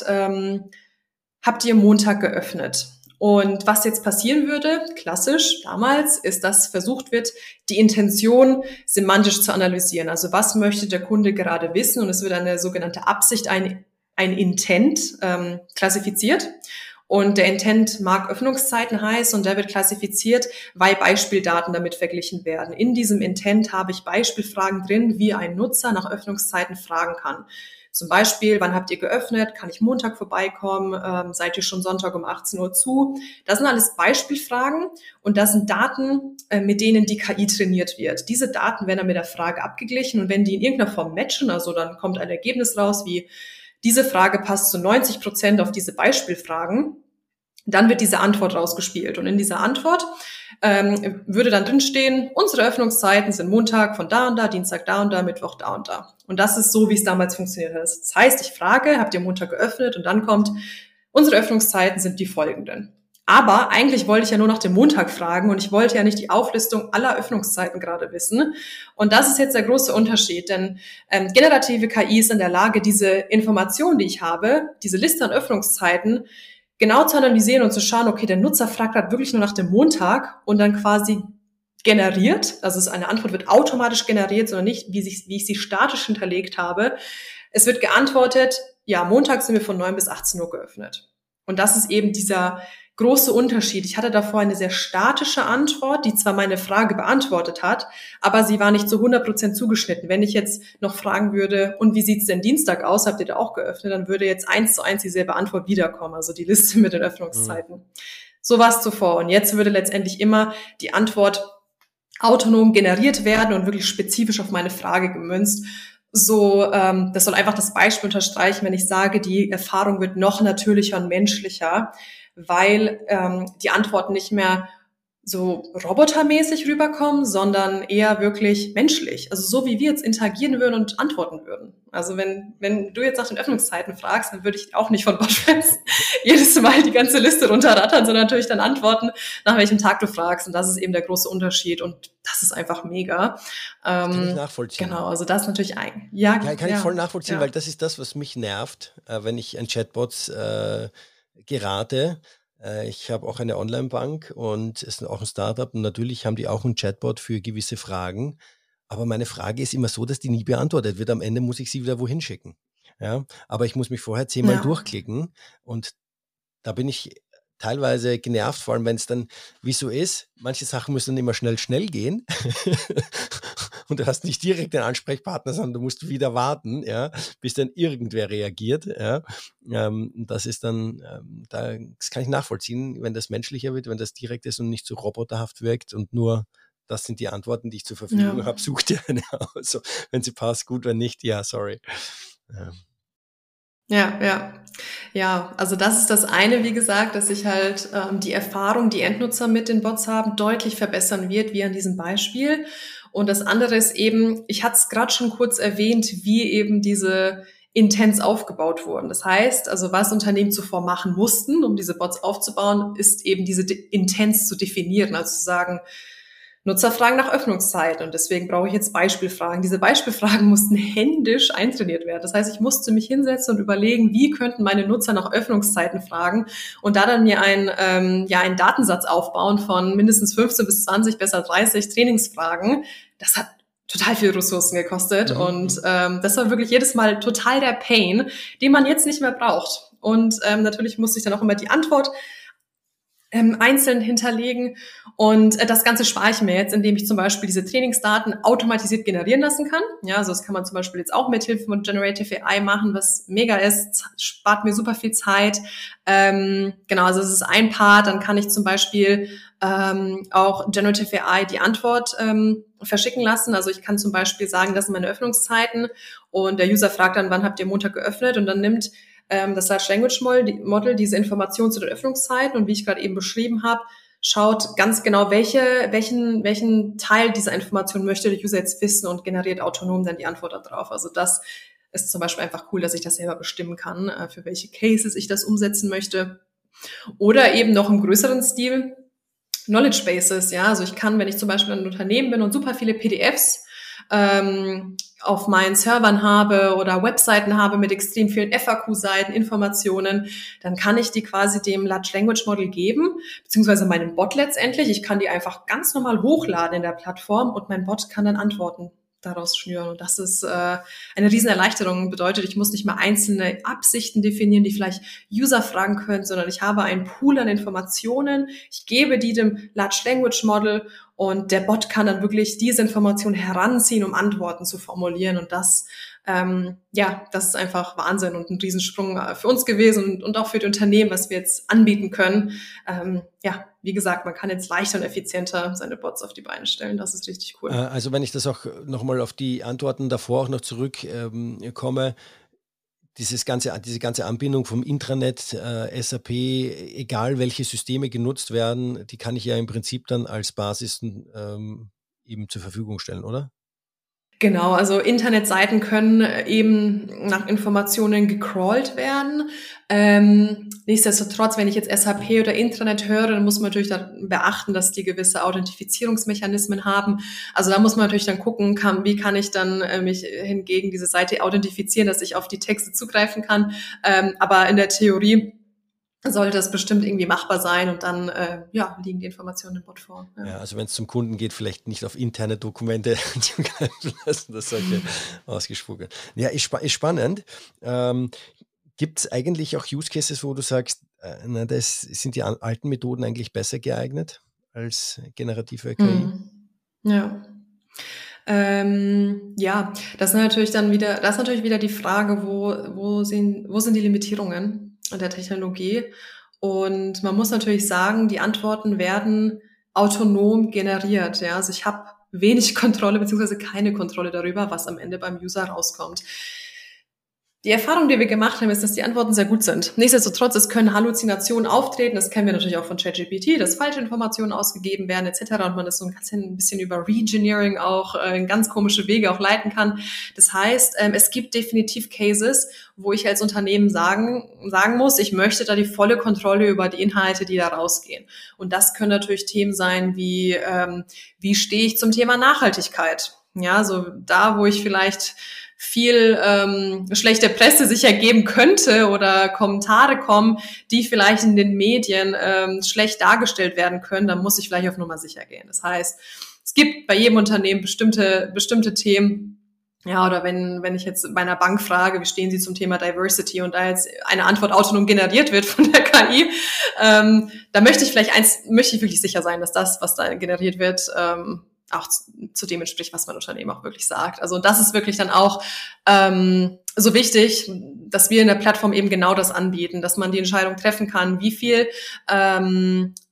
habt ihr Montag geöffnet? Und was jetzt passieren würde, klassisch damals, ist, dass versucht wird, die Intention semantisch zu analysieren. Also was möchte der Kunde gerade wissen? Und es wird eine sogenannte Absicht, ein Intent klassifiziert. Und der Intent mag Öffnungszeiten heißen und der wird klassifiziert, weil Beispieldaten damit verglichen werden. In diesem Intent habe ich Beispielfragen drin, wie ein Nutzer nach Öffnungszeiten fragen kann. Zum Beispiel, wann habt ihr geöffnet? Kann ich Montag vorbeikommen? Seid ihr schon Sonntag um 18 Uhr zu? Das sind alles Beispielfragen und das sind Daten, mit denen die KI trainiert wird. Diese Daten werden dann mit der Frage abgeglichen und wenn die in irgendeiner Form matchen, also dann kommt ein Ergebnis raus, wie diese Frage passt zu 90% auf diese Beispielfragen, dann wird diese Antwort rausgespielt. Und in dieser Antwort würde dann drinstehen, unsere Öffnungszeiten sind Montag von da und da, Dienstag da und da, Mittwoch da und da. Und das ist so, wie es damals funktioniert hat. Das heißt, ich frage, habt ihr Montag geöffnet? Und dann kommt, unsere Öffnungszeiten sind die folgenden. Aber eigentlich wollte ich ja nur nach dem Montag fragen und ich wollte ja nicht die Auflistung aller Öffnungszeiten gerade wissen. Und das ist jetzt der große Unterschied, denn generative KI ist in der Lage, diese Informationen, die ich habe, diese Liste an Öffnungszeiten, genau zu analysieren und zu schauen, okay, der Nutzer fragt gerade wirklich nur nach dem Montag und dann quasi generiert, also eine Antwort wird automatisch generiert, sondern nicht, wie ich sie statisch hinterlegt habe. Es wird geantwortet, ja, Montag sind wir von 9 bis 18 Uhr geöffnet. Und das ist eben dieser große Unterschied. Ich hatte davor eine sehr statische Antwort, die zwar meine Frage beantwortet hat, aber sie war nicht zu 100% zugeschnitten. Wenn ich jetzt noch fragen würde, und wie sieht's denn Dienstag aus? Habt ihr da auch geöffnet? Dann würde jetzt 1:1 dieselbe Antwort wiederkommen, also die Liste mit den Öffnungszeiten. So war es zuvor. Und jetzt würde letztendlich immer die Antwort autonom generiert werden und wirklich spezifisch auf meine Frage gemünzt. So, das soll einfach das Beispiel unterstreichen, wenn ich sage, die Erfahrung wird noch natürlicher und menschlicher, weil die Antworten nicht mehr so robotermäßig rüberkommen, sondern eher wirklich menschlich. Also so, wie wir jetzt interagieren würden und antworten würden. Also wenn du jetzt nach den Öffnungszeiten fragst, dann würde ich auch nicht von Botfriends jedes Mal die ganze Liste runterrattern, sondern natürlich dann antworten, nach welchem Tag du fragst. Und das ist eben der große Unterschied und das ist einfach mega. Kann ich nachvollziehen. Genau, also das ist natürlich kann ich voll nachvollziehen, weil das ist das, was mich nervt, wenn ich an Chatbots gerate. Ich habe auch eine Online-Bank und es ist auch ein Startup und natürlich haben die auch einen Chatbot für gewisse Fragen. Aber meine Frage ist immer so, dass die nie beantwortet wird. Am Ende muss ich sie wieder wohin schicken. Ja, aber ich muss mich vorher 10-mal durchklicken und da bin ich teilweise genervt, vor allem wenn es dann wie so ist. Manche Sachen müssen dann immer schnell gehen und du hast nicht direkt den Ansprechpartner, sondern du musst wieder warten, ja, bis dann irgendwer reagiert. Ja. Das ist dann, das kann ich nachvollziehen, wenn das menschlicher wird, wenn das direkt ist und nicht so roboterhaft wirkt und nur das sind die Antworten, die ich zur Verfügung habe, such dir eine aus. Also, wenn sie passt, gut, wenn nicht, ja, sorry. Ja, also das ist das eine, wie gesagt, dass sich halt die Erfahrung, die Endnutzer mit den Bots haben, deutlich verbessern wird, wie an diesem Beispiel. Und das andere ist eben, ich hatte es gerade schon kurz erwähnt, wie eben diese Intents aufgebaut wurden. Das heißt, also was Unternehmen zuvor machen mussten, um diese Bots aufzubauen, ist eben diese Intents zu definieren, also zu sagen, Nutzer fragen nach Öffnungszeiten und deswegen brauche ich jetzt Beispielfragen. Diese Beispielfragen mussten händisch eintrainiert werden. Das heißt, ich musste mich hinsetzen und überlegen, wie könnten meine Nutzer nach Öffnungszeiten fragen und da dann mir einen Datensatz aufbauen von mindestens 15 bis 20, besser 30 Trainingsfragen. Das hat total viel Ressourcen gekostet und das war wirklich jedes Mal total der Pain, den man jetzt nicht mehr braucht. Und natürlich musste ich dann auch immer die Antwort einzeln hinterlegen und das Ganze spare ich mir jetzt, indem ich zum Beispiel diese Trainingsdaten automatisiert generieren lassen kann. Ja, also das kann man zum Beispiel jetzt auch mit Hilfe von Generative AI machen, was mega ist, spart mir super viel Zeit. Genau, also das ist ein Part. Dann kann ich zum Beispiel auch Generative AI die Antwort verschicken lassen. Also ich kann zum Beispiel sagen, das sind meine Öffnungszeiten und der User fragt dann, wann habt ihr Montag geöffnet und dann nimmt das Large Language Model diese Informationen zu den Öffnungszeiten und wie ich gerade eben beschrieben habe, schaut ganz genau, welchen Teil dieser Information möchte der User jetzt wissen und generiert autonom dann die Antwort darauf. Also das ist zum Beispiel einfach cool, dass ich das selber bestimmen kann, für welche Cases ich das umsetzen möchte. Oder eben noch im größeren Stil Knowledge Bases. Ja, also ich kann, wenn ich zum Beispiel ein Unternehmen bin und super viele PDFs auf meinen Servern habe oder Webseiten habe mit extrem vielen FAQ-Seiten, Informationen, dann kann ich die quasi dem Large Language Model geben, beziehungsweise meinem Bot letztendlich. Ich kann die einfach ganz normal hochladen in der Plattform und mein Bot kann dann Antworten daraus schnüren. Und das ist eine riesen Erleichterung. Bedeutet, ich muss nicht mehr einzelne Absichten definieren, die vielleicht User fragen können, sondern ich habe einen Pool an Informationen. Ich gebe die dem Large Language Model und der Bot kann dann wirklich diese Informationen heranziehen, um Antworten zu formulieren. Und das, das ist einfach Wahnsinn und ein Riesensprung für uns gewesen und auch für die Unternehmen, was wir jetzt anbieten können. Wie gesagt, man kann jetzt leichter und effizienter seine Bots auf die Beine stellen. Das ist richtig cool. Also wenn ich das auch nochmal auf die Antworten davor auch noch zurückkomme, diese ganze Anbindung vom Intranet, SAP, egal welche Systeme genutzt werden, die kann ich ja im Prinzip dann als Basis eben zur Verfügung stellen, oder? Genau, also Internetseiten können eben nach Informationen gecrawlt werden. Nichtsdestotrotz, wenn ich jetzt SAP oder Intranet höre, dann muss man natürlich dann beachten, dass die gewisse Authentifizierungsmechanismen haben. Also da muss man natürlich dann gucken, wie kann ich dann mich hingegen diese Seite authentifizieren, dass ich auf die Texte zugreifen kann. Aber in der Theorie sollte es bestimmt irgendwie machbar sein und dann liegen die Informationen im Bot vor. Ja, also wenn es zum Kunden geht, vielleicht nicht auf interne Dokumente zugreifen lassen, das sollte ausgesprochen. Ja, ist spannend. Gibt es eigentlich auch Use Cases, wo du sagst, das sind die alten Methoden eigentlich besser geeignet als generative KI? Das ist natürlich wieder die Frage, wo sind die Limitierungen der Technologie? Und man muss natürlich sagen, die Antworten werden autonom generiert. Ja? Also ich habe wenig Kontrolle beziehungsweise keine Kontrolle darüber, was am Ende beim User rauskommt. Die Erfahrung, die wir gemacht haben, ist, dass die Antworten sehr gut sind. Nichtsdestotrotz, es können Halluzinationen auftreten. Das kennen wir natürlich auch von ChatGPT, dass falsche Informationen ausgegeben werden etc. und man das so ein bisschen über Reengineering auch in ganz komische Wege auch leiten kann. Das heißt, es gibt definitiv Cases, wo ich als Unternehmen sagen muss, ich möchte da die volle Kontrolle über die Inhalte, die da rausgehen. Und das können natürlich Themen sein wie stehe ich zum Thema Nachhaltigkeit? Ja, so da, wo ich vielleicht viel schlechte Presse sich ergeben könnte oder Kommentare kommen, die vielleicht in den Medien schlecht dargestellt werden können, dann muss ich vielleicht auf Nummer sicher gehen. Das heißt, es gibt bei jedem Unternehmen bestimmte Themen. Ja, oder wenn ich jetzt bei einer Bank frage, wie stehen Sie zum Thema Diversity und da jetzt eine Antwort autonom generiert wird von der KI, da möchte ich wirklich sicher sein, dass das, was da generiert wird, auch zu dem entspricht, was mein Unternehmen auch wirklich sagt. Also das ist wirklich dann auch so wichtig, dass wir in der Plattform eben genau das anbieten, dass man die Entscheidung treffen kann, wie viel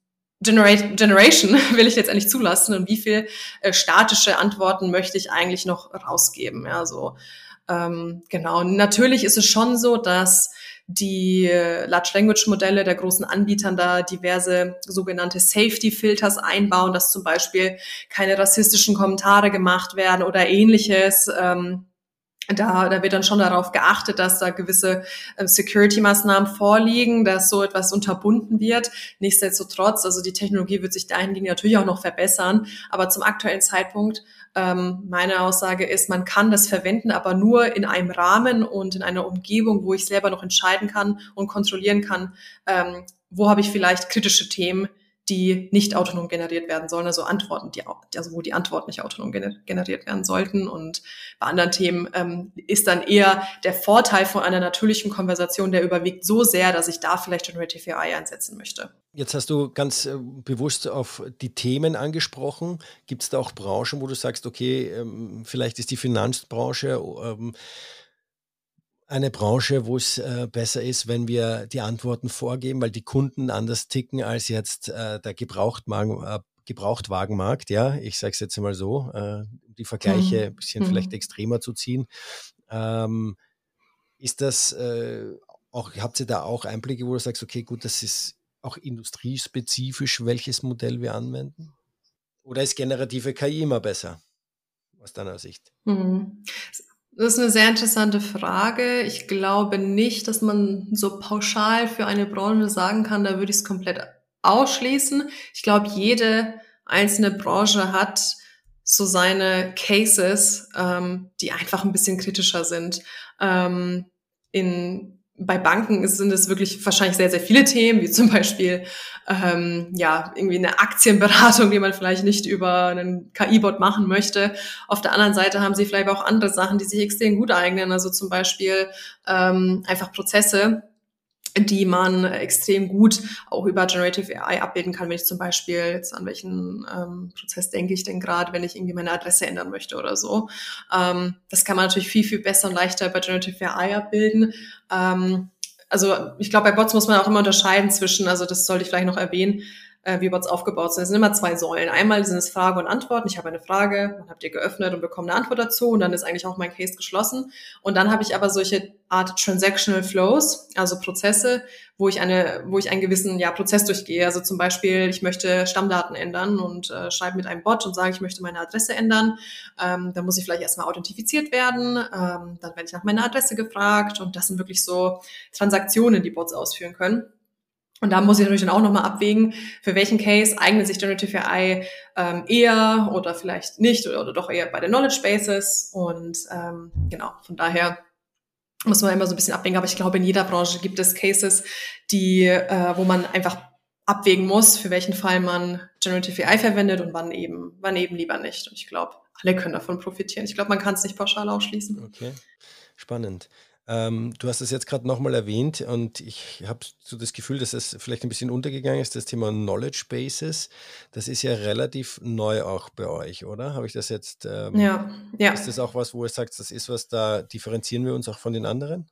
Generation will ich jetzt eigentlich zulassen und wie viel statische Antworten möchte ich eigentlich noch rausgeben. Ja, so genau. Natürlich ist es schon so, dass die Large Language Modelle der großen Anbietern da diverse sogenannte Safety Filters einbauen, dass zum Beispiel keine rassistischen Kommentare gemacht werden oder ähnliches. Da wird dann schon darauf geachtet, dass da gewisse Security-Maßnahmen vorliegen, dass so etwas unterbunden wird. Nichtsdestotrotz, also die Technologie wird sich dahingehend natürlich auch noch verbessern. Aber zum aktuellen Zeitpunkt, meine Aussage ist, man kann das verwenden, aber nur in einem Rahmen und in einer Umgebung, wo ich selber noch entscheiden kann und kontrollieren kann, wo habe ich vielleicht kritische Themen, die nicht autonom generiert werden sollen, also Antworten, wo die Antworten nicht autonom generiert werden sollten. Und bei anderen Themen ist dann eher der Vorteil von einer natürlichen Konversation, der überwiegt so sehr, dass ich da vielleicht Generative AI einsetzen möchte. Jetzt hast du ganz bewusst auf die Themen angesprochen. Gibt es da auch Branchen, wo du sagst, okay, vielleicht ist die Finanzbranche eine Branche, wo es besser ist, wenn wir die Antworten vorgeben, weil die Kunden anders ticken als jetzt der Gebrauchtwagenmarkt, ja, ich sage es jetzt mal so, um die Vergleiche ein bisschen vielleicht extremer zu ziehen. Ist das auch, habt ihr da auch Einblicke, wo du sagst, okay, gut, das ist auch industriespezifisch, welches Modell wir anwenden? Oder ist generative KI immer besser, aus deiner Sicht? Das ist eine sehr interessante Frage. Ich glaube nicht, dass man so pauschal für eine Branche sagen kann, da würde ich es komplett ausschließen. Ich glaube, jede einzelne Branche hat so seine Cases, die einfach ein bisschen kritischer sind. Bei Banken sind es wirklich wahrscheinlich sehr, sehr viele Themen, wie zum Beispiel irgendwie eine Aktienberatung, die man vielleicht nicht über einen KI-Bot machen möchte. Auf der anderen Seite haben sie vielleicht auch andere Sachen, die sich extrem gut eignen, also zum Beispiel einfach Prozesse, die man extrem gut auch über Generative AI abbilden kann, wenn ich zum Beispiel jetzt an welchen Prozess denke ich denn gerade, wenn ich irgendwie meine Adresse ändern möchte oder so. Das kann man natürlich viel, viel besser und leichter über Generative AI abbilden. Also ich glaube, bei Bots muss man auch immer unterscheiden zwischen, also das sollte ich vielleicht noch erwähnen, wie Bots aufgebaut sind. Es sind immer zwei Säulen. Einmal sind es Frage und Antworten. Ich habe eine Frage, dann habt ihr geöffnet und bekommt eine Antwort dazu und dann ist eigentlich auch mein Case geschlossen. Und dann habe ich aber solche Art Transactional Flows, also Prozesse, wo ich einen gewissen Prozess durchgehe. Also zum Beispiel, ich möchte Stammdaten ändern und schreibe mit einem Bot und sage, ich möchte meine Adresse ändern. Dann muss ich vielleicht erstmal authentifiziert werden. Dann werde ich nach meiner Adresse gefragt und das sind wirklich so Transaktionen, die Bots ausführen können. Und da muss ich natürlich dann auch nochmal abwägen, für welchen Case eignet sich Generative AI eher oder vielleicht nicht oder doch eher bei den Knowledge Bases. Und genau, von daher muss man immer so ein bisschen abwägen. Aber ich glaube, in jeder Branche gibt es Cases, wo man einfach abwägen muss, für welchen Fall man Generative AI verwendet und wann eben lieber nicht. Und ich glaube, alle können davon profitieren. Ich glaube, man kann es nicht pauschal ausschließen. Okay, spannend. Du hast es jetzt gerade nochmal erwähnt und ich habe so das Gefühl, dass es vielleicht ein bisschen untergegangen ist, das Thema Knowledge Bases. Das ist ja relativ neu auch bei euch, oder? Habe ich das jetzt? Ja. Ist das auch was, wo ihr sagt, das ist was, da differenzieren wir uns auch von den anderen?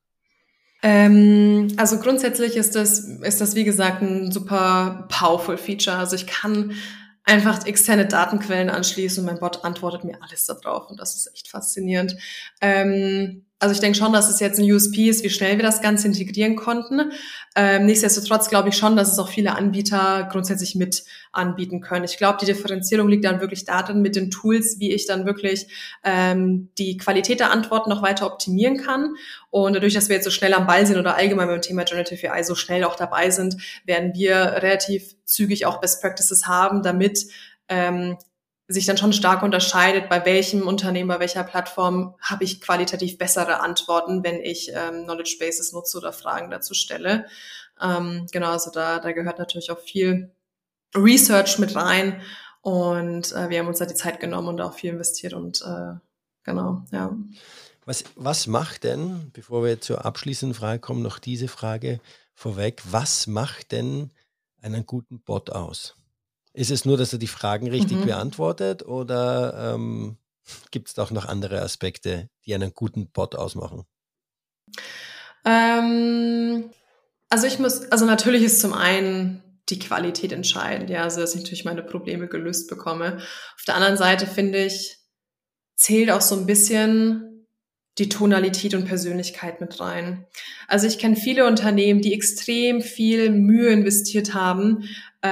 Also grundsätzlich ist das, wie gesagt, ein super powerful Feature. Also ich kann einfach externe Datenquellen anschließen und mein Bot antwortet mir alles da drauf und das ist echt faszinierend. Also ich denke schon, dass es jetzt ein USP ist, wie schnell wir das Ganze integrieren konnten. Nichtsdestotrotz glaube ich schon, dass es auch viele Anbieter grundsätzlich mit anbieten können. Ich glaube, die Differenzierung liegt dann wirklich darin mit den Tools, wie ich dann wirklich die Qualität der Antworten noch weiter optimieren kann. Und dadurch, dass wir jetzt so schnell am Ball sind oder allgemein beim Thema Generative AI so schnell auch dabei sind, werden wir relativ zügig auch Best Practices haben, damit sich dann schon stark unterscheidet, bei welchem Unternehmen, bei welcher Plattform habe ich qualitativ bessere Antworten, wenn ich Knowledge Bases nutze oder Fragen dazu stelle. Genau, also da gehört natürlich auch viel Research mit rein und wir haben uns da die Zeit genommen und auch viel investiert und genau, ja. Was macht denn, bevor wir zur abschließenden Frage kommen, noch diese Frage vorweg, was macht denn einen guten Bot aus? Ist es nur, dass er die Fragen richtig beantwortet oder gibt es auch noch andere Aspekte, die einen guten Bot ausmachen? Also natürlich ist zum einen die Qualität entscheidend. Ja, also dass ich natürlich meine Probleme gelöst bekomme. Auf der anderen Seite finde ich, zählt auch so ein bisschen die Tonalität und Persönlichkeit mit rein. Also ich kenne viele Unternehmen, die extrem viel Mühe investiert haben,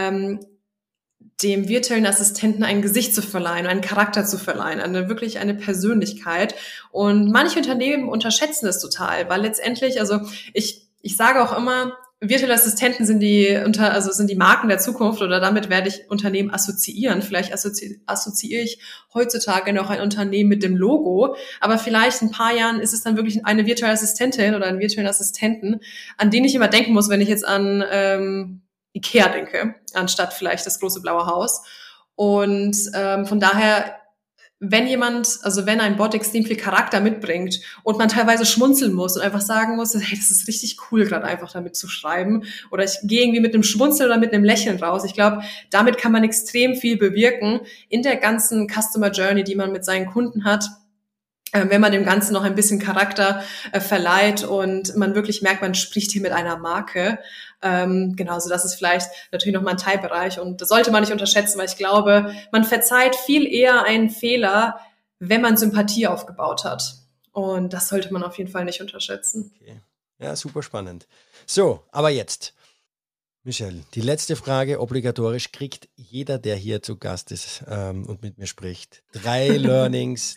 dem virtuellen Assistenten ein Gesicht zu verleihen, einen Charakter zu verleihen, wirklich eine Persönlichkeit. Und manche Unternehmen unterschätzen das total, weil letztendlich, also ich sage auch immer, virtuelle Assistenten sind die Marken der Zukunft, oder damit werde ich Unternehmen assoziieren. Vielleicht assoziiere ich heutzutage noch ein Unternehmen mit dem Logo, aber vielleicht in ein paar Jahren ist es dann wirklich eine virtuelle Assistentin oder einen virtuellen Assistenten, an den ich immer denken muss, wenn ich jetzt an Ikea denke, anstatt vielleicht das große blaue Haus. Und von daher, wenn ein Bot extrem viel Charakter mitbringt und man teilweise schmunzeln muss und einfach sagen muss, hey, das ist richtig cool, gerade einfach damit zu schreiben, oder ich gehe irgendwie mit einem Schmunzeln oder mit einem Lächeln raus. Ich glaube, damit kann man extrem viel bewirken in der ganzen Customer Journey, die man mit seinen Kunden hat, wenn man dem Ganzen noch ein bisschen Charakter verleiht und man wirklich merkt, man spricht hier mit einer Marke. Genau, so das ist vielleicht natürlich nochmal ein Teilbereich, und das sollte man nicht unterschätzen, weil ich glaube, man verzeiht viel eher einen Fehler, wenn man Sympathie aufgebaut hat. Und das sollte man auf jeden Fall nicht unterschätzen. Okay. Ja, super spannend. So, aber jetzt, Michelle, die letzte Frage, obligatorisch, kriegt jeder, der hier zu Gast ist und mit mir spricht, 3 Learnings,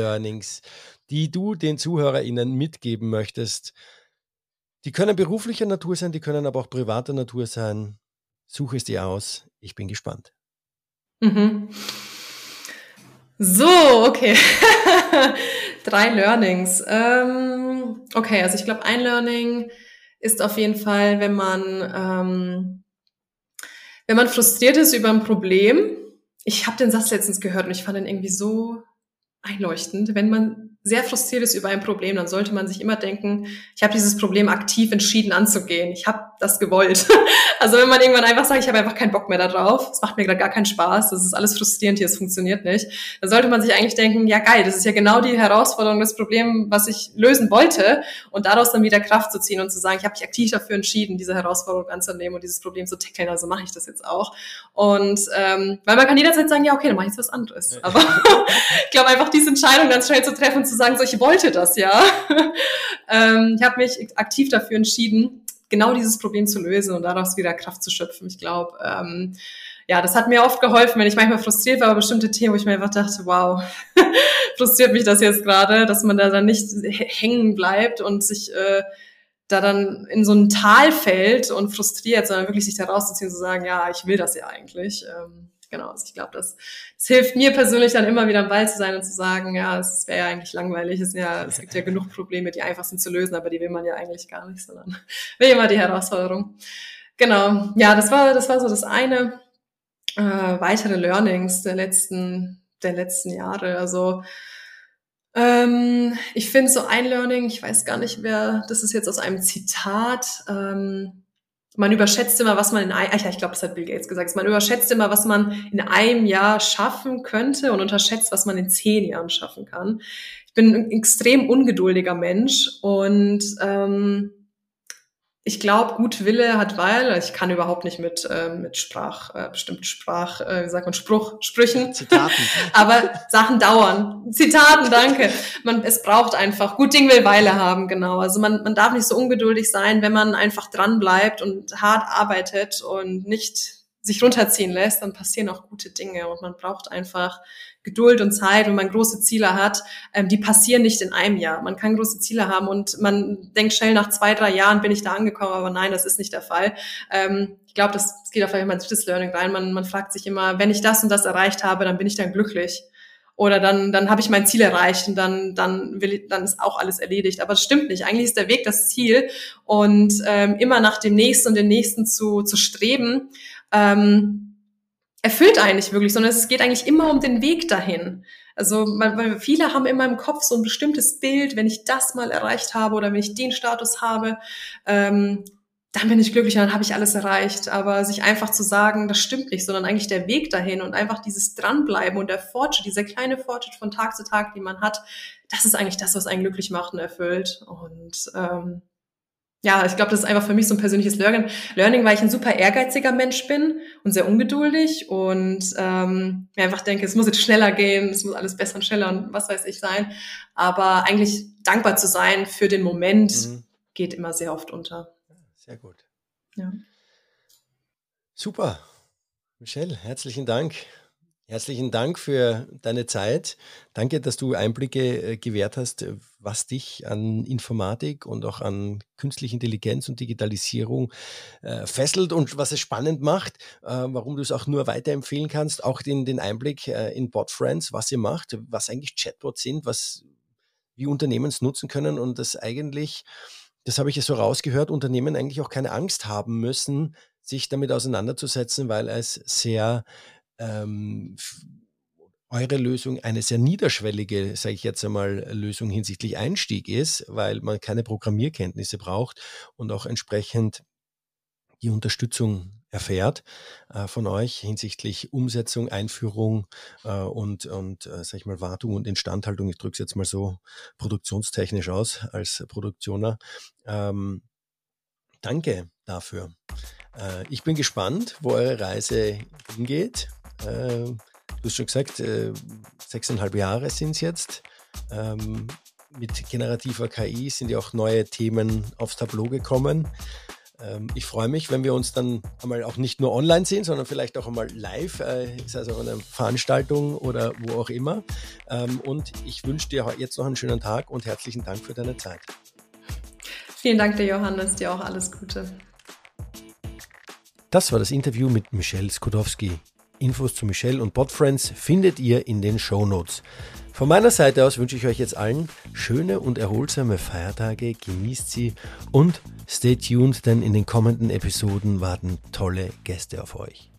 die du den ZuhörerInnen mitgeben möchtest. Die können beruflicher Natur sein, die können aber auch privater Natur sein. Such es dir aus. Ich bin gespannt. Mhm. So, okay. 3 Learnings. Okay, also ich glaube, ein Learning ist auf jeden Fall, wenn man frustriert ist über ein Problem. Ich habe den Satz letztens gehört und ich fand ihn irgendwie so einleuchtend. Wenn man sehr frustriert ist über ein Problem, dann sollte man sich immer denken, ich habe dieses Problem aktiv entschieden anzugehen. Ich habe das gewollt. Also wenn man irgendwann einfach sagt, ich habe einfach keinen Bock mehr darauf, es macht mir gerade gar keinen Spaß, das ist alles frustrierend hier, es funktioniert nicht, dann sollte man sich eigentlich denken, ja geil, das ist ja genau die Herausforderung, das Problem, was ich lösen wollte, und daraus dann wieder Kraft zu ziehen und zu sagen, ich habe mich aktiv dafür entschieden, diese Herausforderung anzunehmen und dieses Problem zu tackeln, also mache ich das jetzt auch. Und weil man kann jederzeit sagen, ja okay, dann mache ich jetzt was anderes. Aber ich glaube einfach, diese Entscheidung ganz schnell zu treffen und zu sagen, so, ich wollte das, ja. Ich habe mich aktiv dafür entschieden, genau dieses Problem zu lösen und daraus wieder Kraft zu schöpfen. Ich glaube, ja, das hat mir oft geholfen, wenn ich manchmal frustriert war über bestimmte Themen, wo ich mir einfach dachte, wow, frustriert mich das jetzt gerade, dass man da dann nicht hängen bleibt und sich da dann in so ein Tal fällt und frustriert, sondern wirklich sich da rauszuziehen und zu sagen, ja, ich will das ja eigentlich. Genau, also ich glaube, das hilft mir persönlich dann immer wieder am Ball zu sein und zu sagen, ja, es wäre ja eigentlich langweilig, es gibt ja genug Probleme, die einfach sind zu lösen, aber die will man ja eigentlich gar nicht, sondern will immer die Herausforderung. Genau, ja, das war so das eine. Weitere Learnings der letzten Jahre, also ich finde so ein Learning, ich weiß gar nicht wer, das ist jetzt aus einem Zitat, man überschätzt immer, was man ich glaube, das hat Bill Gates gesagt, man überschätzt immer, was man in einem Jahr schaffen könnte und unterschätzt, was man in 10 Jahren schaffen kann. Ich bin ein extrem ungeduldiger Mensch und ich glaube, gut Wille hat Weil. Ich kann überhaupt nicht mit bestimmten Sprüchen. Zitaten. Aber Sachen dauern. Zitaten, danke. Es braucht einfach, gut Ding will Weile haben, genau. Also man darf nicht so ungeduldig sein, wenn man einfach dran bleibt und hart arbeitet und nicht sich runterziehen lässt, dann passieren auch gute Dinge. Und man braucht einfach Geduld und Zeit, wenn man große Ziele hat, die passieren nicht in einem Jahr. Man kann große Ziele haben und man denkt schnell, nach 2, 3 Jahren bin ich da angekommen, aber nein, das ist nicht der Fall. Ich glaube, das geht auf mein 3. Learning rein. Man fragt sich immer, wenn ich das und das erreicht habe, dann bin ich dann glücklich. Oder dann habe ich mein Ziel erreicht und dann ist auch alles erledigt. Aber das stimmt nicht. Eigentlich ist der Weg das Ziel und immer nach dem nächsten und dem nächsten zu streben, erfüllt eigentlich wirklich, sondern es geht eigentlich immer um den Weg dahin. Also weil viele haben immer im Kopf so ein bestimmtes Bild, wenn ich das mal erreicht habe oder wenn ich den Status habe, dann bin ich glücklich und dann habe ich alles erreicht. Aber sich einfach zu sagen, das stimmt nicht, sondern eigentlich der Weg dahin und einfach dieses Dranbleiben und der Fortschritt, dieser kleine Fortschritt von Tag zu Tag, den man hat, das ist eigentlich das, was einen glücklich macht und erfüllt. Und Ja, ich glaube, das ist einfach für mich so ein persönliches Learning, weil ich ein super ehrgeiziger Mensch bin und sehr ungeduldig und mir einfach denke, es muss jetzt schneller gehen, es muss alles besser und schneller und was weiß ich sein. Aber eigentlich dankbar zu sein für den Moment geht immer sehr oft unter. Sehr gut. Ja. Super. Michelle, herzlichen Dank. Herzlichen Dank für deine Zeit. Danke, dass du Einblicke gewährt hast, was dich an Informatik und auch an künstliche Intelligenz und Digitalisierung fesselt und was es spannend macht, warum du es auch nur weiterempfehlen kannst. Auch den Einblick in BotFriends, was ihr macht, was eigentlich Chatbots sind, wie Unternehmen es nutzen können und das eigentlich, das habe ich ja so rausgehört, Unternehmen eigentlich auch keine Angst haben müssen, sich damit auseinanderzusetzen, weil es sehr eure Lösung eine sehr niederschwellige, sage ich jetzt einmal, Lösung hinsichtlich Einstieg ist, weil man keine Programmierkenntnisse braucht und auch entsprechend die Unterstützung erfährt von euch hinsichtlich Umsetzung, Einführung und sag ich mal, Wartung und Instandhaltung. Ich drücke es jetzt mal so produktionstechnisch aus als Produktioner. Danke dafür. Ich bin gespannt, wo eure Reise hingeht. Du hast schon gesagt, 6,5 Jahre sind es jetzt. Mit generativer KI sind ja auch neue Themen aufs Tableau gekommen. Ich freue mich, wenn wir uns dann einmal auch nicht nur online sehen, sondern vielleicht auch einmal live, sei es auch eine Veranstaltung oder wo auch immer. Und ich wünsche dir jetzt noch einen schönen Tag und herzlichen Dank für deine Zeit. Vielen Dank dir, Johannes, dir auch alles Gute. Das war das Interview mit Michelle Skłodowski. Infos zu Michelle und BotFriends findet ihr in den Shownotes. Von meiner Seite aus wünsche ich euch jetzt allen schöne und erholsame Feiertage, genießt sie und stay tuned, denn in den kommenden Episoden warten tolle Gäste auf euch.